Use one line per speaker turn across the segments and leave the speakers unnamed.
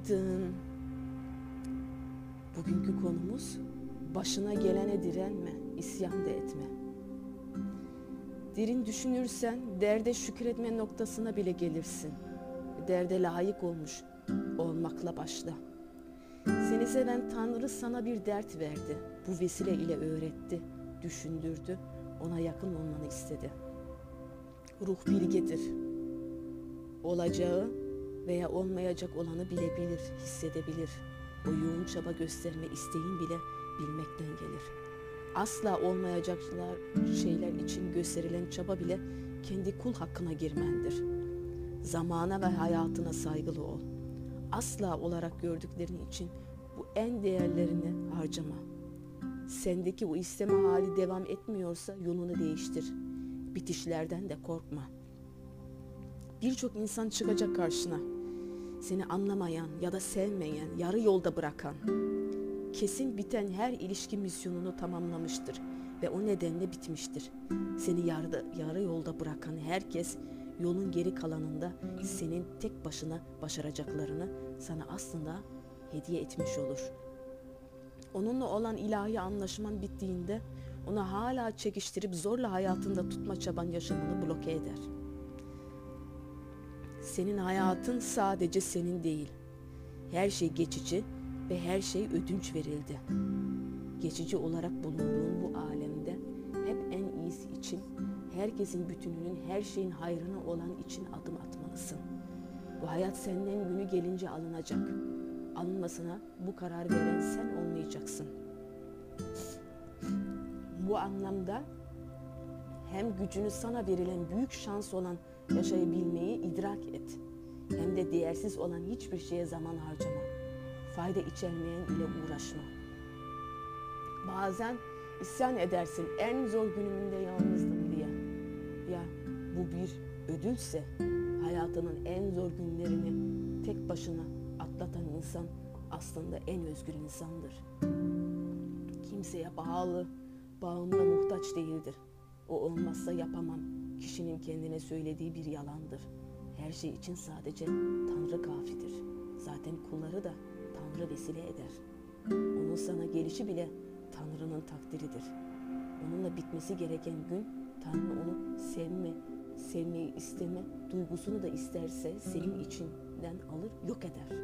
Günaydın. Bugünkü konumuz başına gelene direnme, isyan da etme. Derin düşünürsen derde şükretme noktasına bile gelirsin. Derde layık olmakla başla. Seni seven Tanrı sana bir dert verdi. Bu vesile ile öğretti, düşündürdü, ona yakın olmanı istedi. Ruh bilgedir. Olacağı veya olmayacak olanı bilebilir, hissedebilir. O yoğun çaba gösterme isteğin bile bilmekten gelir. Asla olmayacaklar şeyler için gösterilen çaba bile kendi kul hakkına girmendir. Zamana ve hayatına saygılı ol. Asla olarak gördüklerin için bu en değerlerini harcama. Sendeki o isteme hali devam etmiyorsa yolunu değiştir. Bitişlerden de korkma. Birçok insan çıkacak karşına. Seni anlamayan ya da sevmeyen, yarı yolda bırakan. Kesin biten her ilişki misyonunu tamamlamıştır ve o nedenle bitmiştir. Seni yarı yolda bırakan herkes yolun geri kalanında senin tek başına başaracaklarını sana aslında hediye etmiş olur. Onunla olan ilahi anlaşman bittiğinde onu hala çekiştirip zorla hayatında tutma çaban yaşamını bloke eder. Senin hayatın sadece senin değil. Her şey geçici ve her şey ödünç verildi. Geçici olarak bulunduğun bu alemde hep en iyisi için, herkesin bütününün, her şeyin hayrına olan için adım atmalısın. Bu hayat senden günü gelince alınacak. Alınmasına bu karar veren sen olmayacaksın. Bu anlamda hem gücünü sana verilen büyük şans olan yaşayabilmeyi idrak et. Hem de değersiz olan hiçbir şeye zaman harcama. Fayda içermeyen ile uğraşma. Bazen isyan edersin en zor günümünde yalnızdım diye. Ya bu bir ödülse hayatının en zor günlerini tek başına atlatan insan aslında en özgür insandır. Kimseye bağımlı muhtaç değildir. O olmazsa yapamam. Kişinin kendine söylediği bir yalandır. Her şey için sadece Tanrı kafidir. Zaten kulları da Tanrı vesile eder. Onun sana gelişi bile Tanrı'nın takdiridir. Onunla bitmesi gereken gün Tanrı onu sevmeyi isteme duygusunu da isterse senin içinden alır, yok eder.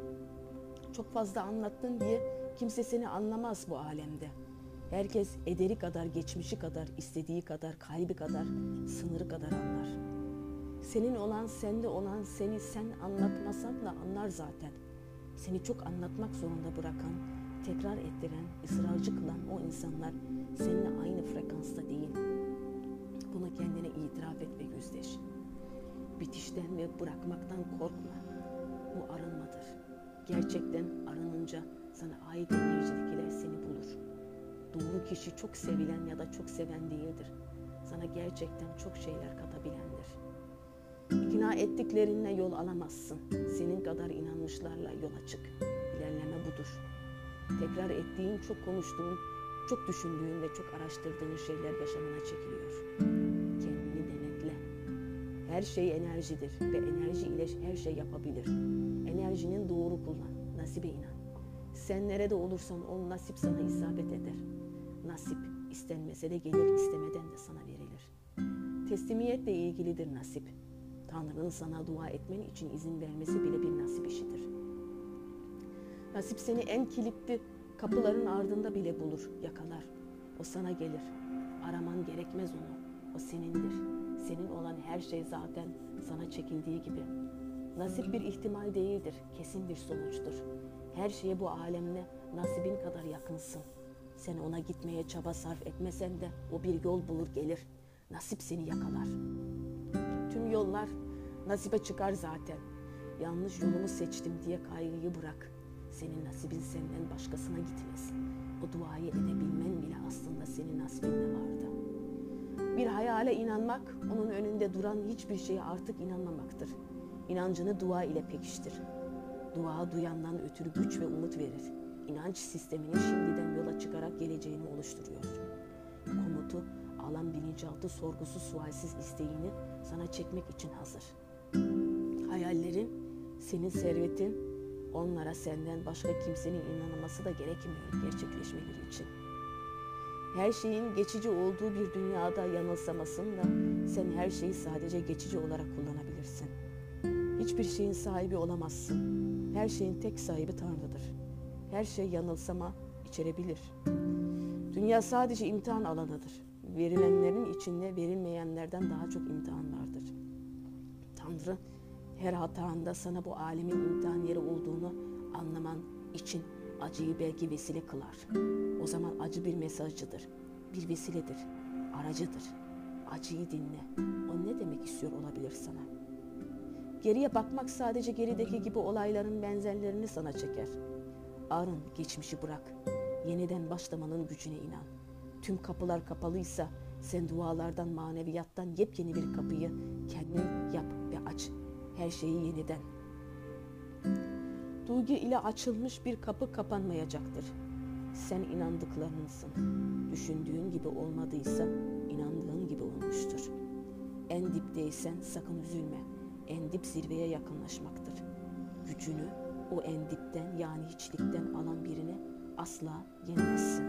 Çok fazla anlattın diye kimse seni anlamaz bu alemde. Herkes ederi kadar, geçmişi kadar, istediği kadar, kalbi kadar, sınırı kadar anlar. Senin olan, sende olan seni sen anlatmasan da anlar zaten. Seni çok anlatmak zorunda bırakan, tekrar ettiren, ısrarcı kılan o insanlar seninle aynı frekansta değil. Bunu kendine itiraf et ve yüzleş. Bitişten ve bırakmaktan korkma. Bu arınmadır. Gerçekten arınınca sana ait enerjidekiler seni bulur. Doğru kişi çok sevilen ya da çok seven değildir. Sana gerçekten çok şeyler katabilendir. İkna ettiklerinle yol alamazsın. Senin kadar inanmışlarla yola çık. İlerleme budur. Tekrar ettiğin, çok konuştuğun, çok düşündüğün ve çok araştırdığın şeyler yaşamına çekiliyor. Kendini denetle. Her şey enerjidir ve enerji ile her şey yapabilir. Enerjinin doğru kullan. Nasibe inan. Sen nerede olursan ol, nasip sana isabet eder. Nasip istenmese de gelir, istemeden de sana verilir. Teslimiyetle ilgilidir nasip. Tanrı'nın sana dua etmen için izin vermesi bile bir nasip işidir. Nasip seni en kilitli kapıların ardında bile bulur, yakalar. O sana gelir. Araman gerekmez onu. O senindir. Senin olan her şey zaten sana çekildiği gibi. Nasip bir ihtimal değildir, kesin bir sonuçtur. Her şeye bu alemle nasibin kadar yakınsın. Sen ona gitmeye çaba sarf etmesen de o bir yol bulur gelir. Nasip seni yakalar. Tüm yollar nasibe çıkar zaten. Yanlış yolumu seçtim diye kaygıyı bırak. Senin nasibin senden başkasına gitmez. O duayı edebilmen bile aslında senin nasibinde vardı. Bir hayale inanmak, onun önünde duran hiçbir şeye artık inanmamaktır. İnancını dua ile pekiştir. Dua duyandan ötürü güç ve umut verir. İnanç sistemini şimdiden yola çıkarak geleceğini oluşturuyor. Komutu, alan bilinçaltı sorgusuz sualsiz isteğini sana çekmek için hazır. Hayallerin, senin servetin, Onlara senden başka kimsenin inanması da gerekmiyor gerçekleşmeleri için. Her şeyin geçici olduğu bir dünyada yanılsamasın da sen her şeyi sadece geçici olarak kullanabilirsin. Hiçbir şeyin sahibi olamazsın. Her şeyin tek sahibi Tanrı'dır. Her şey yanılsama içerebilir. Dünya sadece imtihan alanıdır. Verilenlerin içinde verilmeyenlerden daha çok imtihan vardır. Tanrı her hatanda sana bu alemin imtihan yeri olduğunu anlaman için acıyı belki vesile kılar. O zaman acı bir mesajcıdır, bir vesiledir, aracıdır. Acıyı dinle. O ne demek istiyor olabilir sana? Geriye bakmak sadece gerideki gibi olayların benzerlerini sana çeker. Arın, geçmişi bırak. Yeniden başlamanın gücüne inan. Tüm kapılar kapalıysa sen dualardan, maneviyattan yepyeni bir kapıyı kendin yap ve aç. Her şeyi yeniden. Duygu ile açılmış bir kapı kapanmayacaktır. Sen inandıklarınsın. Düşündüğün gibi olmadıysa inandığın gibi olmuştur. En dipteysen sakın üzülme. En dip zirveye yakınlaşmaktır. Gücünü o en dipten yani hiçlikten alan birini asla yenemezsin.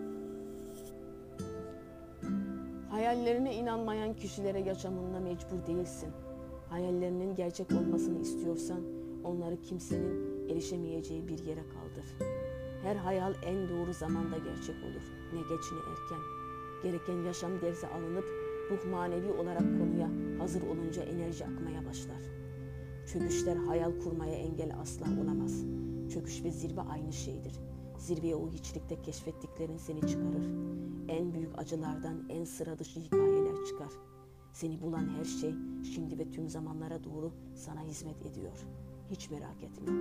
Hayallerine inanmayan kişilere yaşamında mecbur değilsin. Hayallerinin gerçek olmasını istiyorsan onları kimsenin erişemeyeceği bir yere kaldır. Her hayal en doğru zamanda gerçek olur. Ne geç ne erken. Gereken yaşam dersi alınıp ruh manevi olarak konuya hazır olunca enerji akmaya başlar. Çöküşler hayal kurmaya engel asla olamaz. Çöküş ve zirve aynı şeydir. Zirveye o hiçlikte keşfettiklerin seni çıkarır. En büyük acılardan en sıra dışı hikayeler çıkar. Seni bulan her şey şimdi ve tüm zamanlara doğru sana hizmet ediyor. Hiç merak etme.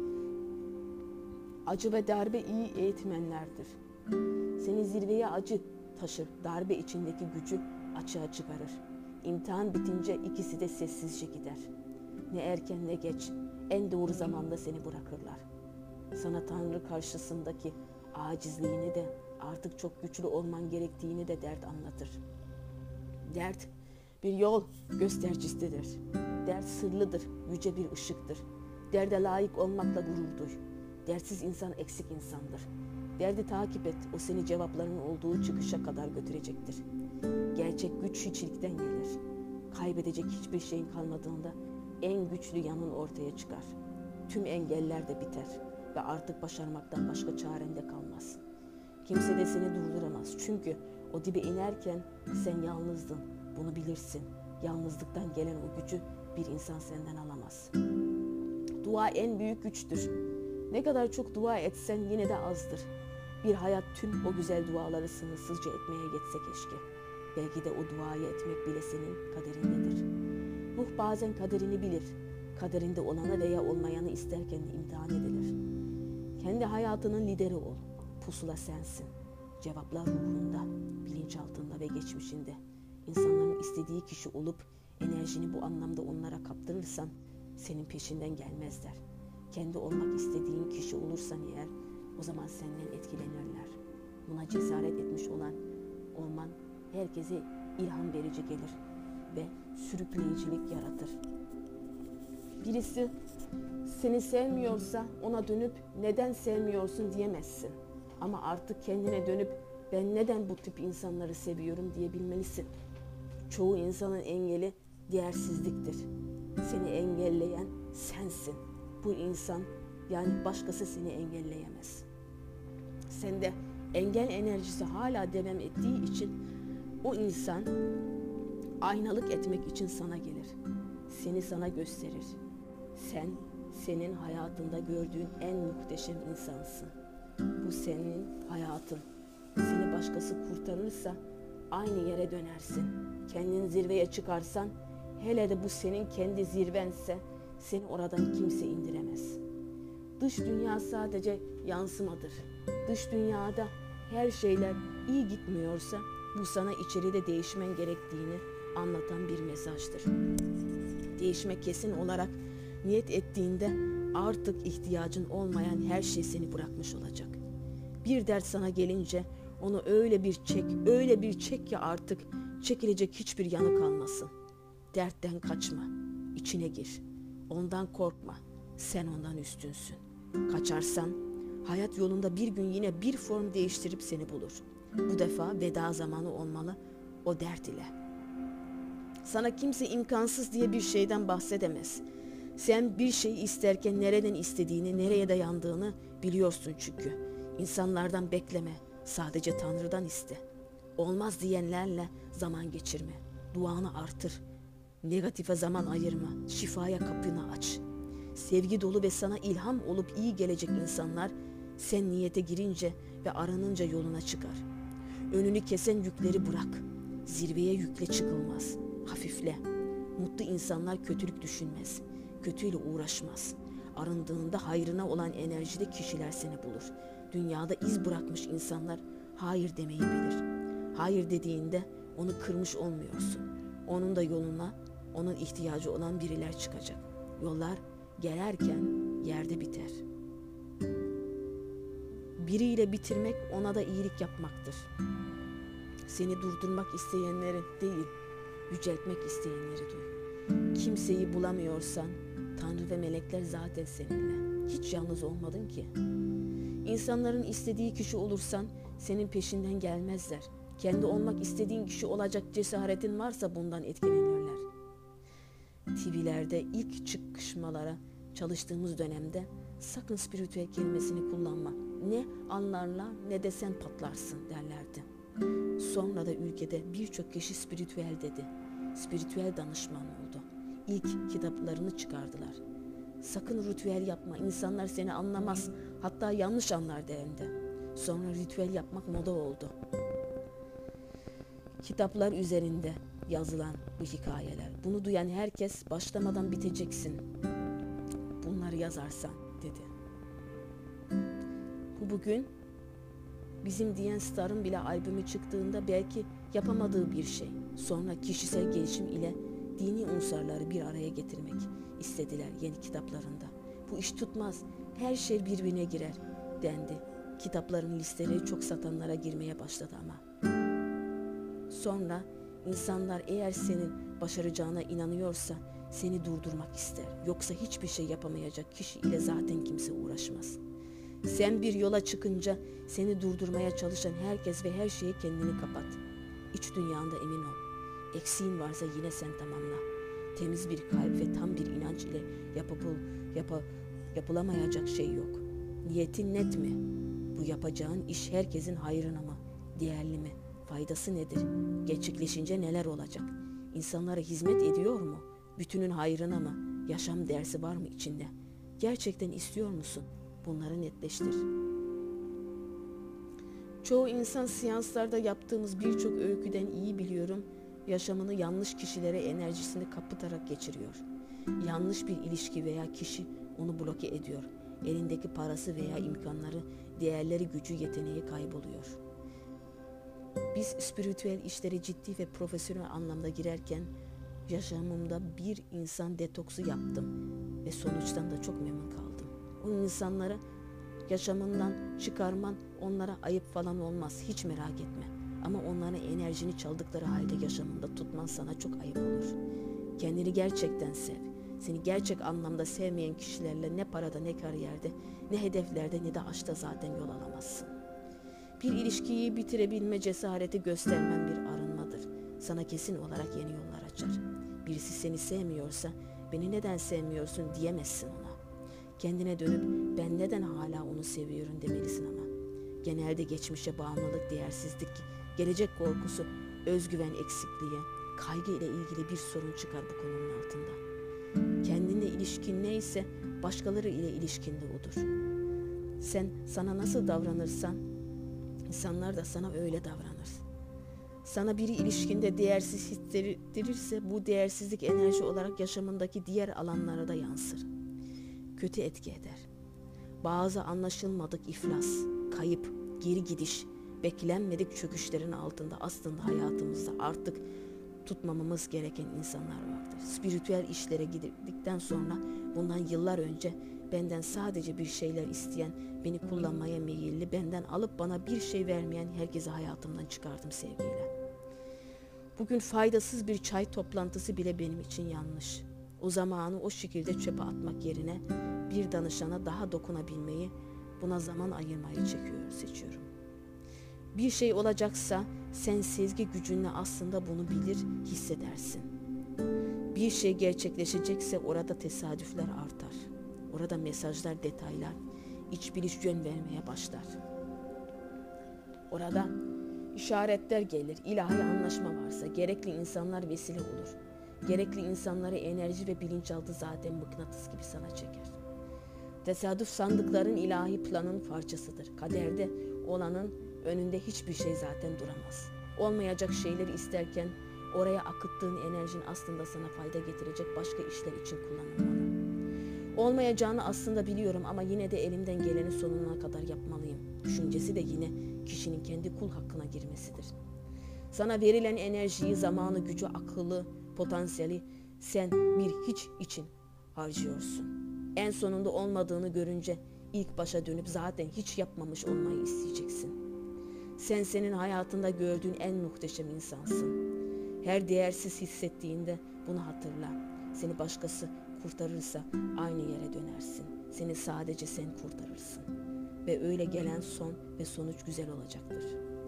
Acı ve darbe iyi eğitmenlerdir. Seni zirveye acı taşır, darbe içindeki gücü açığa çıkarır. İmtihan bitince ikisi de sessizce gider. Ne erken ne geç, en doğru zamanda seni bırakırlar. Sana Tanrı karşısındaki acizliğini de artık çok güçlü olman gerektiğini de dert anlatır. Dert bir yol göstericisidir. Dert sırlıdır, yüce bir ışıktır. Derde layık olmakla gurur duy. Dertsiz insan eksik insandır. Derdi takip et, o seni cevapların olduğu çıkışa kadar götürecektir. Gerçek güç hiçlikten gelir. Kaybedecek hiçbir şeyin kalmadığında en güçlü yanın ortaya çıkar. Tüm engeller de biter ve artık başarmaktan başka çaren de kalmaz. Kimse de seni durduramaz çünkü o dibe inerken sen yalnızdın, bunu bilirsin. Yalnızlıktan gelen o gücü bir insan senden alamaz. Dua en büyük güçtür. Ne kadar çok dua etsen yine de azdır. Bir hayat tüm o güzel duaları sınırsızca etmeye yetse keşke. Belki de o duayı etmek bile senin kaderindedir. Ruh bazen kaderini bilir. Kaderinde olanı veya olmayanı isterken de imtihan edilir. Kendi hayatının lideri ol. Pusula sensin. Cevaplar ruhunda, bilinçaltında ve geçmişinde. İnsanların istediği kişi olup enerjini bu anlamda onlara kaptırırsan senin peşinden gelmezler. Kendi olmak istediğin kişi olursan eğer o zaman senden etkilenirler. Buna cesaret etmiş olman herkese ilham verici gelir ve sürükleyicilik yaratır. Birisi seni sevmiyorsa ona dönüp neden sevmiyorsun diyemezsin. Ama artık kendine dönüp ben neden bu tip insanları seviyorum diyebilmelisin. Çoğu insanın engeli değersizliktir. Seni engelleyen sensin. Bu insan yani başkası seni engelleyemez. Sende engel enerjisi hala devam ettiği için o insan aynalık etmek için sana gelir. Seni sana gösterir. Sen, senin hayatında gördüğün en muhteşem insansın. Bu senin hayatın. Seni başkası kurtarırsa aynı yere dönersin. Kendin zirveye çıkarsan, hele de bu senin kendi zirvense seni oradan kimse indiremez. Dış dünya sadece yansımadır. Dış dünyada her şeyler iyi gitmiyorsa bu sana içeride değişmen gerektiğini anlatan bir mesajdır. Değişmek kesin olarak niyet ettiğinde artık ihtiyacın olmayan her şey seni bırakmış olacak. Bir dert sana gelince onu öyle bir çek ki artık çekilecek hiçbir yanı kalmasın. Dertten kaçma, içine gir. Ondan korkma, sen ondan üstünsün. Kaçarsan hayat yolunda bir gün yine bir form değiştirip seni bulur. Bu defa veda zamanı olmalı o dert ile. Sana kimse imkansız diye bir şeyden bahsedemez. Sen bir şeyi isterken nereden istediğini, nereye dayandığını biliyorsun çünkü. İnsanlardan bekleme, sadece Tanrı'dan iste. Olmaz diyenlerle zaman geçirme, duanı artır. Negatife zaman ayırma, şifaya kapını aç. Sevgi dolu ve sana ilham olup iyi gelecek insanlar sen niyete girince ve aranınca yoluna çıkar. Önünü kesen yükleri bırak. Zirveye yükle çıkılmaz. Hafifle. Mutlu insanlar kötülük düşünmez. Kötüyle uğraşmaz. Arındığında hayrına olan enerjide kişiler seni bulur. Dünyada iz bırakmış insanlar hayır demeyi bilir. Hayır dediğinde onu kırmış olmuyorsun. Onun da yoluna onun ihtiyacı olan biriler çıkacak. Yollar gelerken yerde biter. Biriyle bitirmek ona da iyilik yapmaktır. Seni durdurmak isteyenleri değil, yüceltmek isteyenleri duy. Kimseyi bulamıyorsan Tanrı ve melekler zaten seninle. Hiç yalnız olmadın ki. İnsanların istediği kişi olursan senin peşinden gelmezler. Kendi olmak istediğin kişi olacak cesaretin varsa bundan etkilenirler. TV'lerde ilk çıkışmalara çalıştığımız dönemde sakın spiritüel kelimesini kullanma. Ne anlarlar ne de sen patlarsın derlerdi. Sonra da ülkede birçok kişi spiritüel dedi. Spiritüel danışman oldu. İlk kitaplarını çıkardılar. Sakın ritüel yapma, insanlar seni anlamaz, hatta yanlış anlar dendi. Sonra ritüel yapmak moda oldu. Kitaplar üzerinde yazılan bu hikayeler. Bunu duyan herkes başlamadan biteceksin. Bunları yazarsan dedi. Bu bugün bizim Diyen Star'ın bile albümü çıktığında belki yapamadığı bir şey. Sonra kişisel gelişim ile dini unsurları bir araya getirmek istediler yeni kitaplarında. Bu iş tutmaz, her şey birbirine girer dendi. Kitapların listeleri çok satanlara girmeye başladı ama. Sonra insanlar eğer senin başaracağına inanıyorsa seni durdurmak ister. Yoksa hiçbir şey yapamayacak kişi ile zaten kimse uğraşmaz. Sen bir yola çıkınca seni durdurmaya çalışan herkes ve her şeye kendini kapat. İç dünyanda emin ol. Eksiğin varsa yine sen tamamla. Temiz bir kalp ve tam bir inanç ile yapılamayacak şey yok. Niyetin net mi? Bu yapacağın iş herkesin hayrına mı? Değerli mi? Faydası nedir? Gerçekleşince neler olacak? İnsanlara hizmet ediyor mu? Bütünün hayrına mı? Yaşam dersi var mı içinde? Gerçekten istiyor musun? Bunları netleştir. Çoğu insan seanslarda yaptığımız birçok öyküden iyi biliyorum, yaşamını yanlış kişilere enerjisini kapatarak geçiriyor. Yanlış bir ilişki veya kişi onu bloke ediyor. Elindeki parası veya imkanları, değerleri, gücü, yeteneği kayboluyor. Biz spiritüel işlere ciddi ve profesyonel anlamda girerken yaşamımda bir insan detoksu yaptım ve sonuçtan da çok memnun kaldım. O insanları yaşamından çıkarman onlara ayıp falan olmaz, hiç merak etme. Ama onların enerjini çaldıkları halde yaşamında tutman sana çok ayıp olur. Kendini gerçekten sev. Seni gerçek anlamda sevmeyen kişilerle ne parada ne kariyerde ne hedeflerde ne de aşkta zaten yol alamazsın. Bir ilişkiyi bitirebilme cesareti göstermen bir arınmadır. Sana kesin olarak yeni yollar açar. Birisi seni sevmiyorsa beni neden sevmiyorsun diyemezsin ona. Kendine dönüp ben neden hala onu seviyorum demelisin ama. Genelde geçmişe bağımlılık, değersizlik, gelecek korkusu, özgüven eksikliği, kaygı ile ilgili bir sorun çıkar bu konunun altında. Kendinle ilişkin neyse başkaları ile ilişkin de odur. Sen sana nasıl davranırsan insanlar da sana öyle davranır. Sana biri ilişkinde değersiz hissettirirse bu değersizlik enerji olarak yaşamındaki diğer alanlara da yansır. Kötü etki eder. Bazı anlaşılmadık iflas, kayıp, geri gidiş, beklenmedik çöküşlerin altında aslında hayatımızda artık tutmamamız gereken insanlar vardır. Spiritüel işlere girdikten sonra bundan yıllar önce benden sadece bir şeyler isteyen, beni kullanmaya meyilli, benden alıp bana bir şey vermeyen herkesi hayatımdan çıkardım sevgiyle. Bugün faydasız bir çay toplantısı bile benim için yanlış. O zamanı o şekilde çöpe atmak yerine bir danışana daha dokunabilmeyi, buna zaman ayırmayı seçiyorum. Bir şey olacaksa sen sezgi gücünle aslında bunu bilir, hissedersin. Bir şey gerçekleşecekse orada tesadüfler artar. Orada mesajlar, detaylar, iç biliş yön vermeye başlar. Orada işaretler gelir, ilahi anlaşma varsa gerekli insanlar vesile olur. Gerekli insanları enerji ve bilinçaltı zaten mıknatıs gibi sana çeker. Tesadüf sandıkların ilahi planın parçasıdır. Kaderde olanın önünde hiçbir şey zaten duramaz. Olmayacak şeyleri isterken oraya akıttığın enerjin aslında sana fayda getirecek başka işler için kullanılmalı. Olmayacağını aslında biliyorum ama yine de elimden geleni sonuna kadar yapmalıyım. Düşüncesi de yine kişinin kendi kul hakkına girmesidir. Sana verilen enerjiyi, zamanı, gücü, akıllı, potansiyeli sen bir hiç için harcıyorsun. En sonunda olmadığını görünce ilk başa dönüp zaten hiç yapmamış olmayı isteyeceksin. Sen senin hayatında gördüğün en muhteşem insansın. Her değersiz hissettiğinde bunu hatırla. Seni başkası kurtarırsa aynı yere dönersin. Seni sadece sen kurtarırsın. Ve öyle gelen son ve sonuç güzel olacaktır.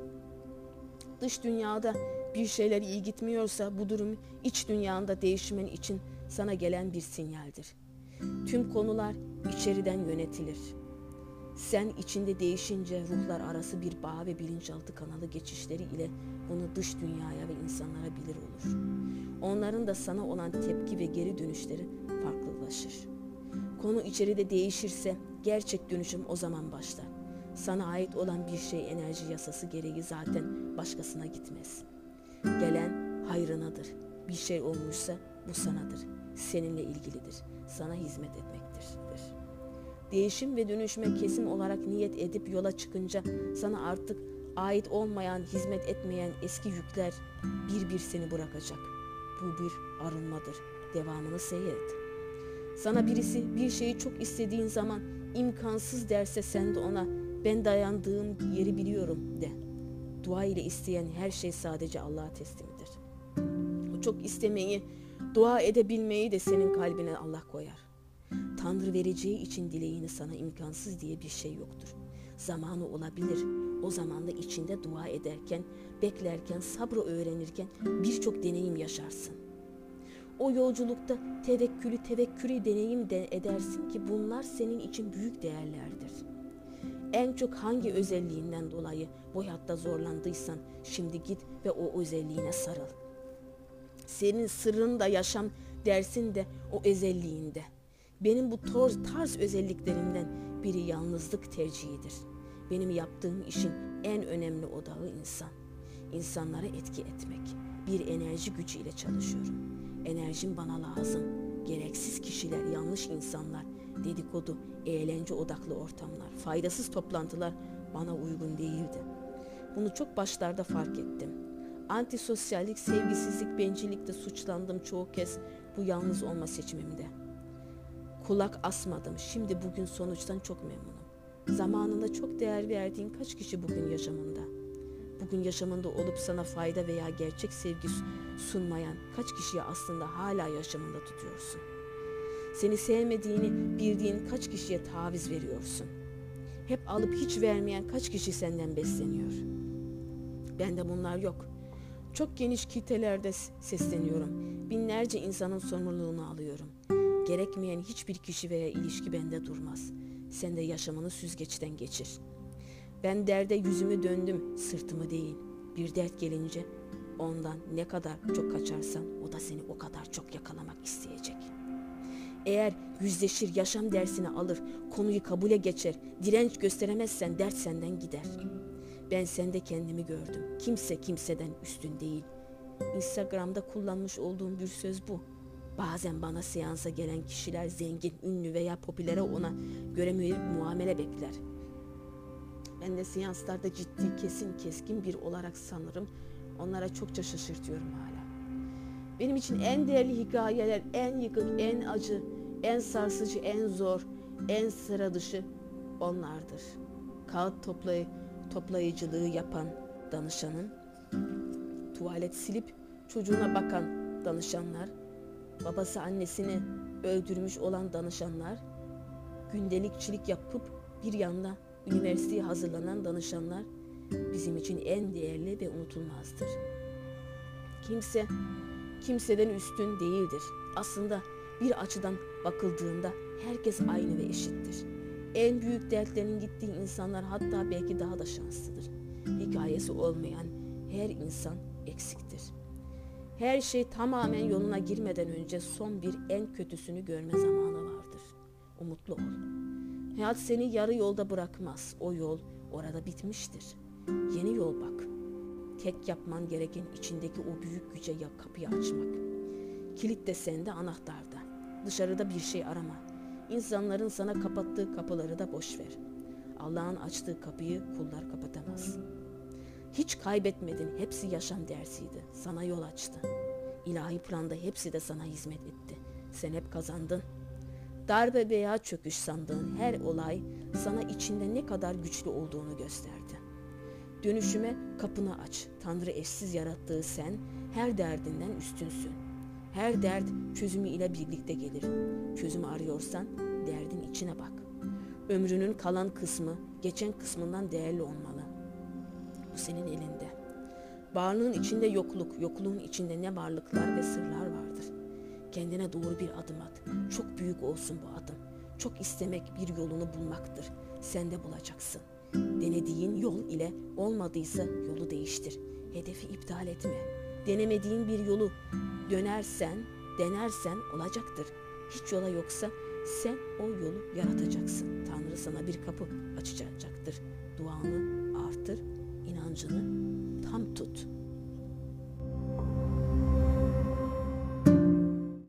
Dış dünyada bir şeyler iyi gitmiyorsa bu durum iç dünyanda değişmen için sana gelen bir sinyaldir. Tüm konular içeriden yönetilir. Sen içinde değişince ruhlar arası bir bağ ve bilinçaltı kanalı geçişleri ile bunu dış dünyaya ve insanlara bilir olur. Onların da sana olan tepki ve geri dönüşleri farklılaşır. Konu içeride değişirse gerçek dönüşüm o zaman başlar. Sana ait olan bir şey enerji yasası gereği zaten başkasına gitmez. Gelen hayrınadır. Bir şey olmuşsa bu sanadır. Seninle ilgilidir. Sana hizmet etmektir. Değişim ve dönüşme kesin olarak niyet edip yola çıkınca sana artık ait olmayan, hizmet etmeyen eski yükler bir bir seni bırakacak. Bu bir arınmadır. Devamını seyret. Sana birisi bir şeyi çok istediğin zaman imkansız derse sen de ona ben dayandığım yeri biliyorum de. Dua ile isteyen her şey sadece Allah'a teslimdir. O çok istemeyi, dua edebilmeyi de senin kalbine Allah koyar. Tanrı vereceği için dileğini sana imkansız diye bir şey yoktur. Zamanı olabilir. O zaman da içinde dua ederken, beklerken, sabrı öğrenirken birçok deneyim yaşarsın. O yolculukta tevekkülü deneyim edersin ki bunlar senin için büyük değerlerdir. En çok hangi özelliğinden dolayı bu hayatta zorlandıysan şimdi git ve o özelliğine sarıl. Senin sırrın da yaşam dersin de o özelliğinde. Benim bu tarz özelliklerimden biri yalnızlık tercihidir. Benim yaptığım işin en önemli odağı insan. İnsanlara etki etmek. Bir enerji gücü ile çalışıyorum. Enerjim bana lazım. Gereksiz kişiler, yanlış insanlar, dedikodu, eğlence odaklı ortamlar, faydasız toplantılar bana uygun değildi. Bunu çok başlarda fark ettim. Antisosyallik, sevgisizlik, bencillikle suçlandım çoğu kez bu yalnız olma seçimimde. Kulak asmadım. Şimdi bugün sonuçtan çok memnunum. Zamanında çok değer verdiğin kaç kişi bugün yaşamında? Bugün yaşamında olup sana fayda veya gerçek sevgi sunmayan kaç kişiyi aslında hala yaşamında tutuyorsun? Seni sevmediğini bildiğin kaç kişiye taviz veriyorsun? Hep alıp hiç vermeyen kaç kişi senden besleniyor? Bende bunlar yok. Çok geniş kitlelerde sesleniyorum. Binlerce insanın sorumluluğunu alıyorum. Gerekmeyen hiçbir kişi veya ilişki bende durmaz. Sen de yaşamını süzgeçten geçir. Ben derde yüzümü döndüm, sırtımı değil. Bir dert gelince ondan ne kadar çok kaçarsan o da seni o kadar çok yakalamak isteyecek. Eğer yüzleşir, yaşam dersini alır, konuyu kabule geçer, direnç gösteremezsen dert senden gider. Ben sende kendimi gördüm. Kimse kimseden üstün değil. Instagram'da kullanmış olduğum bir söz bu. Bazen bana seansa gelen kişiler zengin, ünlü veya popülere ona göre muamele bekler. Ben de seanslarda ciddi, keskin bir olarak sanırım. Onlara çokça şaşırtıyorum hala. Benim için en değerli hikayeler, en yıkık, en acı, en sarsıcı, en zor, en sıra dışı onlardır. Kağıt toplayıcılığı yapan danışanın, tuvalet silip çocuğuna bakan danışanlar, babası annesini öldürmüş olan danışanlar, gündelikçilik yapıp bir yanda üniversiteye hazırlanan danışanlar bizim için en değerli ve unutulmazdır. Kimse kimseden üstün değildir. Aslında bir açıdan bakıldığında herkes aynı ve eşittir. En büyük dertlerin gittiği insanlar hatta belki daha da şanslıdır. Hikayesi olmayan her insan eksiktir. Her şey tamamen yoluna girmeden önce son bir en kötüsünü görme zamanı vardır. Umutlu ol. Hayat seni yarı yolda bırakmaz. O yol orada bitmiştir. Yeni yol bak. Tek yapman gereken içindeki o büyük güce kapıyı açmak. Kilit de sende, anahtar da. Dışarıda bir şey arama. İnsanların sana kapattığı kapıları da boş ver. Allah'ın açtığı kapıyı kullar kapatamaz. Hiç kaybetmedin, hepsi yaşam dersiydi. Sana yol açtı. İlahi planda hepsi de sana hizmet etti. Sen hep kazandın. Darbe veya çöküş sandığın her olay sana içinde ne kadar güçlü olduğunu gösterdi. Dönüşüme kapını aç. Tanrı eşsiz yarattığı sen her derdinden üstünsün. Her dert çözümü ile birlikte gelir. Çözümü arıyorsan derdin içine bak. Ömrünün kalan kısmı geçen kısmından değerli olmalı. Bu senin elinde. Varlığın içinde yokluk, yokluğun içinde ne varlıklar ve sırlar vardır. Kendine doğru bir adım at. Çok büyük olsun bu adım. Çok istemek bir yolunu bulmaktır. Sen de bulacaksın. Denediğin yol ile olmadıysa yolu değiştir. Hedefi iptal etme. Denemediğin bir yolu denersen olacaktır. Hiç yola yoksa sen o yolu yaratacaksın. Tanrı sana bir kapı açacaktır. Duanı artır, inancını tam tut.